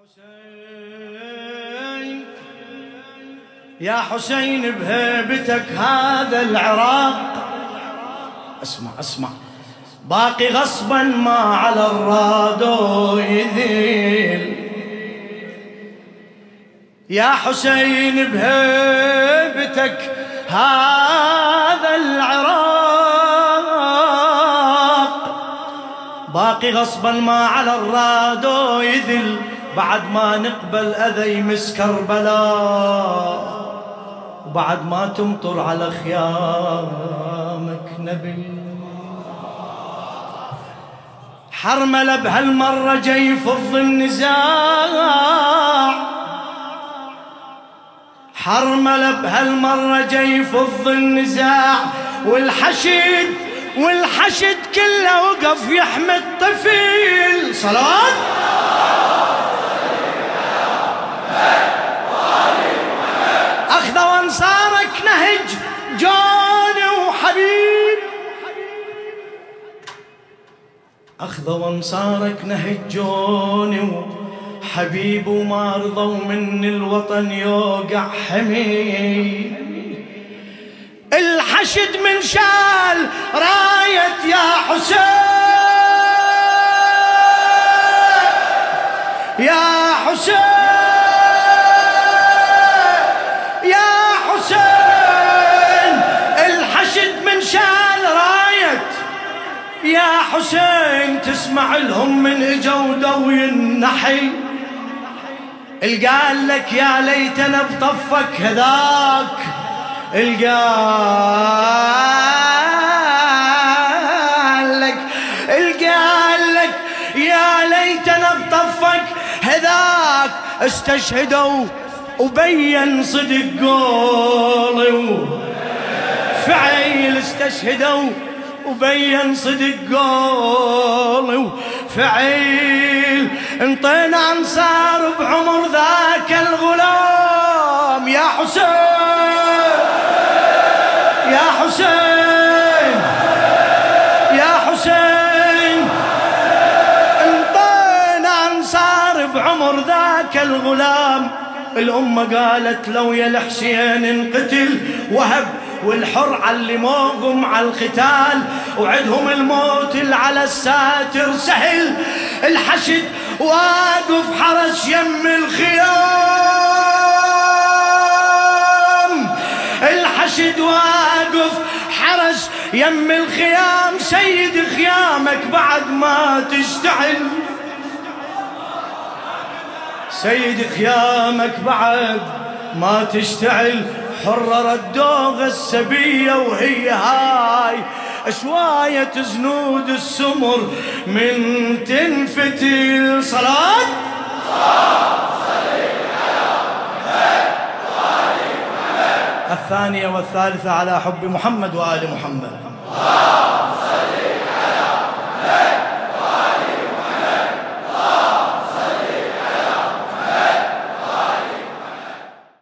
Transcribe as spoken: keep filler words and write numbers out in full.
حسين يا حسين بهيبتك هذا العراق، اسمع اسمع باقي غصبا ما على الرادو يذيل. يا حسين بهيبتك هذا العراق باقي غصبا ما على الرادو يذل، بعد ما نقبل أذى يمس كربلاء، وبعد ما تمطر على خيامك نبل. حرملة بهالمرة جاي يفض النزاع، حرملة بهالمرة جاي يفض النزاع، والحشد والحشد كله وقف يحمي الطفل. صلوات أخذ وانصارك نهج جاني وحبيب، أخذ وانصارك نهج جاني وحبيب، وما رضوا من الوطن يوقع حمي. الحشد من شال راية يا حسين يا حسين يا حسين، الحشد من شال راية يا حسين، تسمع لهم من اجوا دوي النحل. القال لك يا ليتنا بطفك هذاك، القال لك القال لك يا ليتنا بطفك هذاك، استشهدوا وبين صدق قولي، فعيل استشهدوا وبين صدق قولي، وفعيل انطينا انصار بعمر ذاك الغلام. يا حسين يا حسين يا حسين، انطينا انصار بعمر ذاك الغلام. الأمة قالت لو يا الحسين انقتل وهب، والحر علموهم على القتال، وعدهم الموت على الساتر سهل. الحشد واقف حرس يم الخيام، الحشد واقف حرس يم الخيام، سيد خيامك بعد ما تشتعل، سيد خيامك بعد ما تشتعل. حرر الدوغ السبية وهي هاي شواية زنود السمر من تنفتل. صلاة الثانية والثالثة على حب محمد وآل محمد.